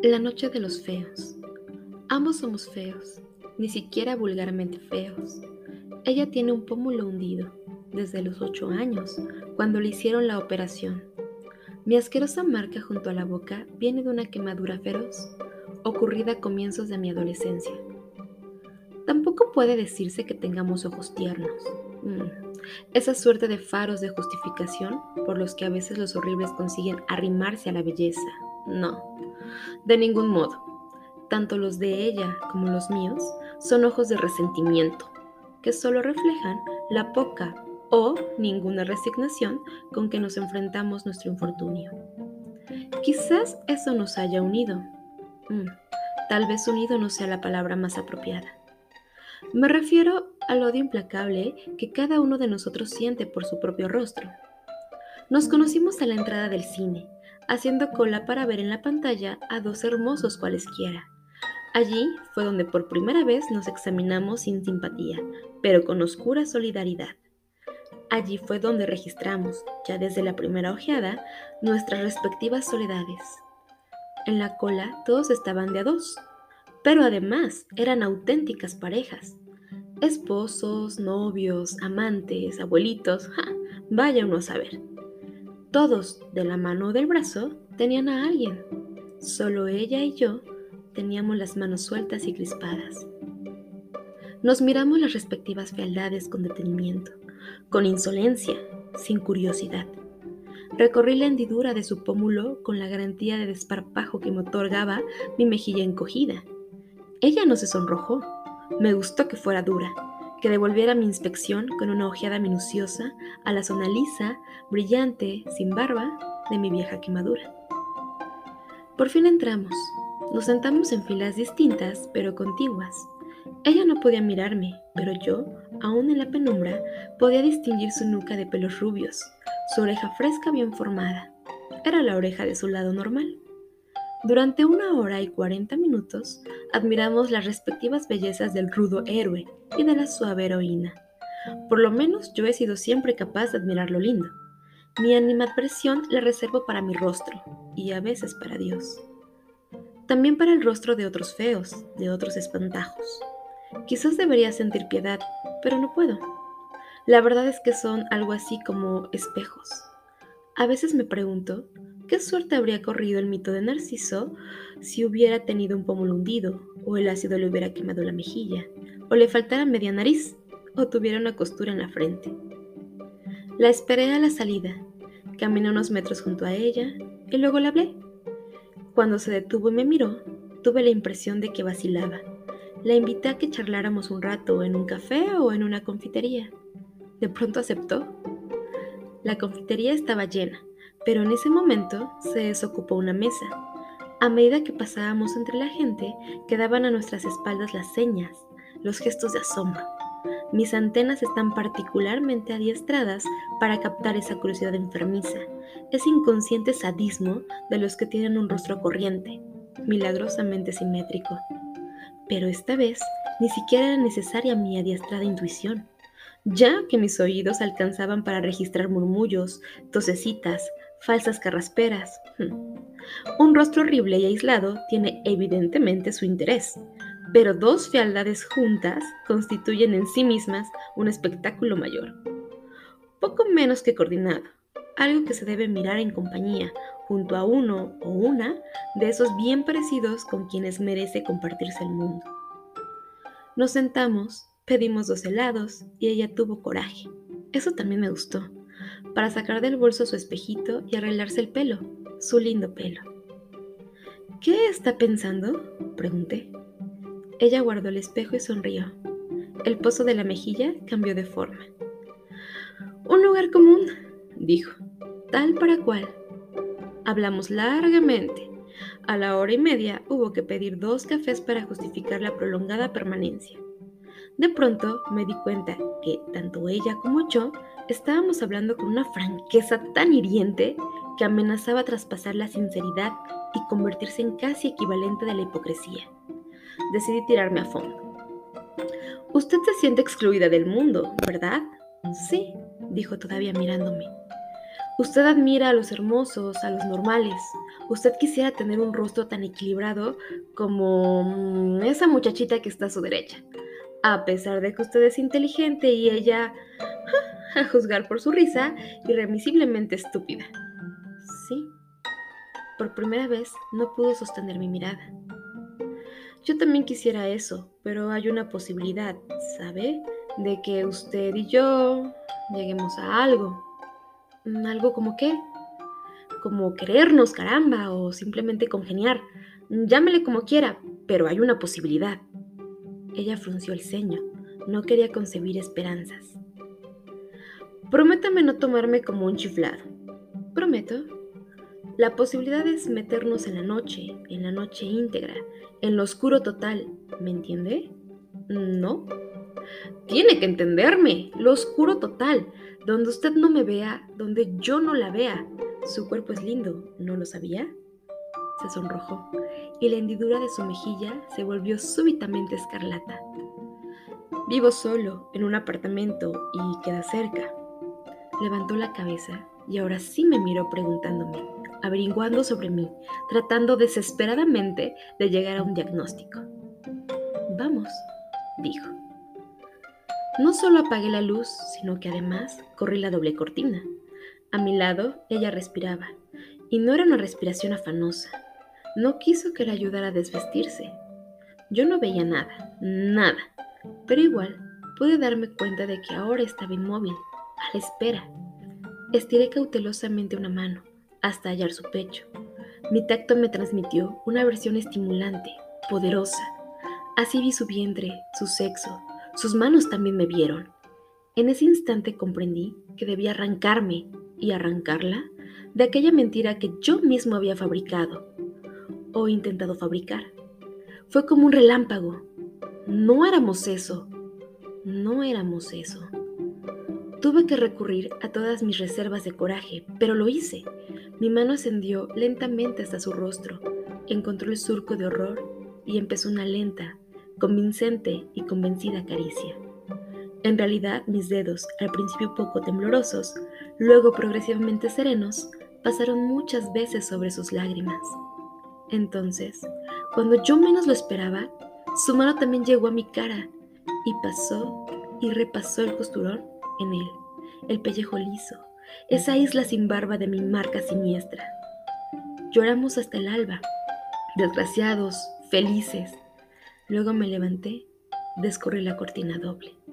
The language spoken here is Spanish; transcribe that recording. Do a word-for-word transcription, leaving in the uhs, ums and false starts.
La noche de los feos. Ambos somos feos, ni siquiera vulgarmente feos. Ella tiene un pómulo hundido, desde los ocho años, cuando le hicieron la operación. Mi asquerosa marca junto a la boca viene de una quemadura feroz, ocurrida a comienzos de mi adolescencia. Tampoco puede decirse que tengamos ojos tiernos. Mm, Esa suerte de faros de justificación por los que a veces los horribles consiguen arrimarse a la belleza. No, de ningún modo. Tanto los de ella como los míos son ojos de resentimiento, que solo reflejan la poca o ninguna resignación con que nos enfrentamos nuestro infortunio. Quizás eso nos haya unido. Mm, Tal vez unido no sea la palabra más apropiada. Me refiero al odio implacable que cada uno de nosotros siente por su propio rostro. Nos conocimos a la entrada del cine, haciendo cola para ver en la pantalla a dos hermosos cualesquiera. Allí fue donde por primera vez nos examinamos sin simpatía, pero con oscura solidaridad. Allí fue donde registramos, ya desde la primera ojeada, nuestras respectivas soledades. En la cola todos estaban de a dos, pero además eran auténticas parejas. Esposos, novios, amantes, abuelitos, ¡ja! Vaya uno a saber. Todos, de la mano o del brazo, tenían a alguien. Solo ella y yo teníamos las manos sueltas y crispadas. Nos miramos las respectivas fealdades con detenimiento, con insolencia, sin curiosidad. Recorrí la hendidura de su pómulo con la garantía de desparpajo que me otorgaba mi mejilla encogida. Ella no se sonrojó. Me gustó que fuera dura, que devolviera mi inspección con una ojeada minuciosa a la zona lisa, brillante, sin barba, de mi vieja quemadura. Por fin entramos. Nos sentamos en filas distintas, pero contiguas. Ella no podía mirarme, pero yo, aún en la penumbra, podía distinguir su nuca de pelos rubios, su oreja fresca bien formada. Era la oreja de su lado normal. Durante una hora y cuarenta minutos, admiramos las respectivas bellezas del rudo héroe y de la suave heroína. Por lo menos yo he sido siempre capaz de admirar lo lindo. Mi animadversión la reservo para mi rostro, y a veces para Dios. También para el rostro de otros feos, de otros espantajos. Quizás debería sentir piedad, pero no puedo. La verdad es que son algo así como espejos. A veces me pregunto, ¿qué suerte habría corrido el mito de Narciso si hubiera tenido un pómulo hundido, o el ácido le hubiera quemado la mejilla, o le faltara media nariz, o tuviera una costura en la frente? La esperé a la salida, caminé unos metros junto a ella, y luego le hablé. Cuando se detuvo y me miró, tuve la impresión de que vacilaba. La invité a que charláramos un rato en un café o en una confitería. De pronto aceptó. La confitería estaba llena, pero en ese momento se desocupó una mesa. A medida que pasábamos entre la gente, quedaban a nuestras espaldas las señas, los gestos de asombro. Mis antenas están particularmente adiestradas para captar esa curiosidad enfermiza, ese inconsciente sadismo de los que tienen un rostro corriente, milagrosamente simétrico. Pero esta vez ni siquiera era necesaria mi adiestrada intuición, ya que mis oídos alcanzaban para registrar murmullos, tosecitas, falsas carrasperas. Hmm. Un rostro horrible y aislado tiene evidentemente su interés, pero dos fealdades juntas constituyen en sí mismas un espectáculo mayor, poco menos que coordinado, algo que se debe mirar en compañía, junto a uno o una de esos bien parecidos con quienes merece compartirse el mundo. Nos sentamos, pedimos dos helados y ella tuvo coraje. Eso también me gustó, para sacar del bolso su espejito y arreglarse el pelo, su lindo pelo. ¿Qué está pensando?, pregunté. Ella guardó el espejo y sonrió. El pozo de la mejilla cambió de forma. Un lugar común, dijo, tal para cual. Hablamos largamente. A la hora y media hubo que pedir dos cafés para justificar la prolongada permanencia. De pronto me di cuenta que tanto ella como yo estábamos hablando con una franqueza tan hiriente que amenazaba traspasar la sinceridad y convertirse en casi equivalente de la hipocresía. Decidí tirarme a fondo. Usted se siente excluida del mundo, ¿verdad? Sí, dijo todavía mirándome. Usted admira a los hermosos, a los normales. Usted quisiera tener un rostro tan equilibrado como mm, esa muchachita que está a su derecha. A pesar de que usted es inteligente y ella, a juzgar por su risa, irremisiblemente estúpida. Sí, por primera vez no pudo sostener mi mirada. Yo también quisiera eso, pero hay una posibilidad, ¿sabe? De que usted y yo lleguemos a algo. Mm, ¿Algo como qué? Como querernos, caramba, o simplemente congeniar. Llámele como quiera, pero hay una posibilidad. Ella frunció el ceño. No quería concebir esperanzas. Prométame no tomarme como un chiflado. Prometo. La posibilidad es meternos en la noche, en la noche íntegra, en lo oscuro total. ¿Me entiende? No. Tiene que entenderme. Lo oscuro total, donde usted no me vea, donde yo no la vea. Su cuerpo es lindo, ¿no lo sabía? Se sonrojó, y la hendidura de su mejilla se volvió súbitamente escarlata. Vivo solo, en un apartamento, y queda cerca. Levantó la cabeza, y ahora sí me miró preguntándome, averiguando sobre mí, tratando desesperadamente de llegar a un diagnóstico. Vamos, dijo. No solo apagué la luz, sino que además corrí la doble cortina. A mi lado, ella respiraba, y no era una respiración afanosa. No quiso que la ayudara a desvestirse. Yo no veía nada, nada, pero igual pude darme cuenta de que ahora estaba inmóvil, a la espera. Estiré cautelosamente una mano, hasta hallar su pecho. Mi tacto me transmitió una versión estimulante, poderosa. Así vi su vientre, su sexo, sus manos también me vieron. En ese instante comprendí que debía arrancarme y arrancarla de aquella mentira que yo mismo había fabricado o intentado fabricar. Fue como un relámpago. No éramos eso. No éramos eso. Tuve que recurrir a todas mis reservas de coraje, pero lo hice. Mi mano ascendió lentamente hasta su rostro, encontró el surco de horror y empezó una lenta, convincente y convencida caricia. En realidad, mis dedos, al principio poco temblorosos, luego progresivamente serenos, pasaron muchas veces sobre sus lágrimas. Entonces, cuando yo menos lo esperaba, su mano también llegó a mi cara y pasó y repasó el costurón en él, el pellejo liso, esa isla sin barba de mi marca siniestra. Lloramos hasta el alba, desgraciados, felices. Luego me levanté, descorrí la cortina doble.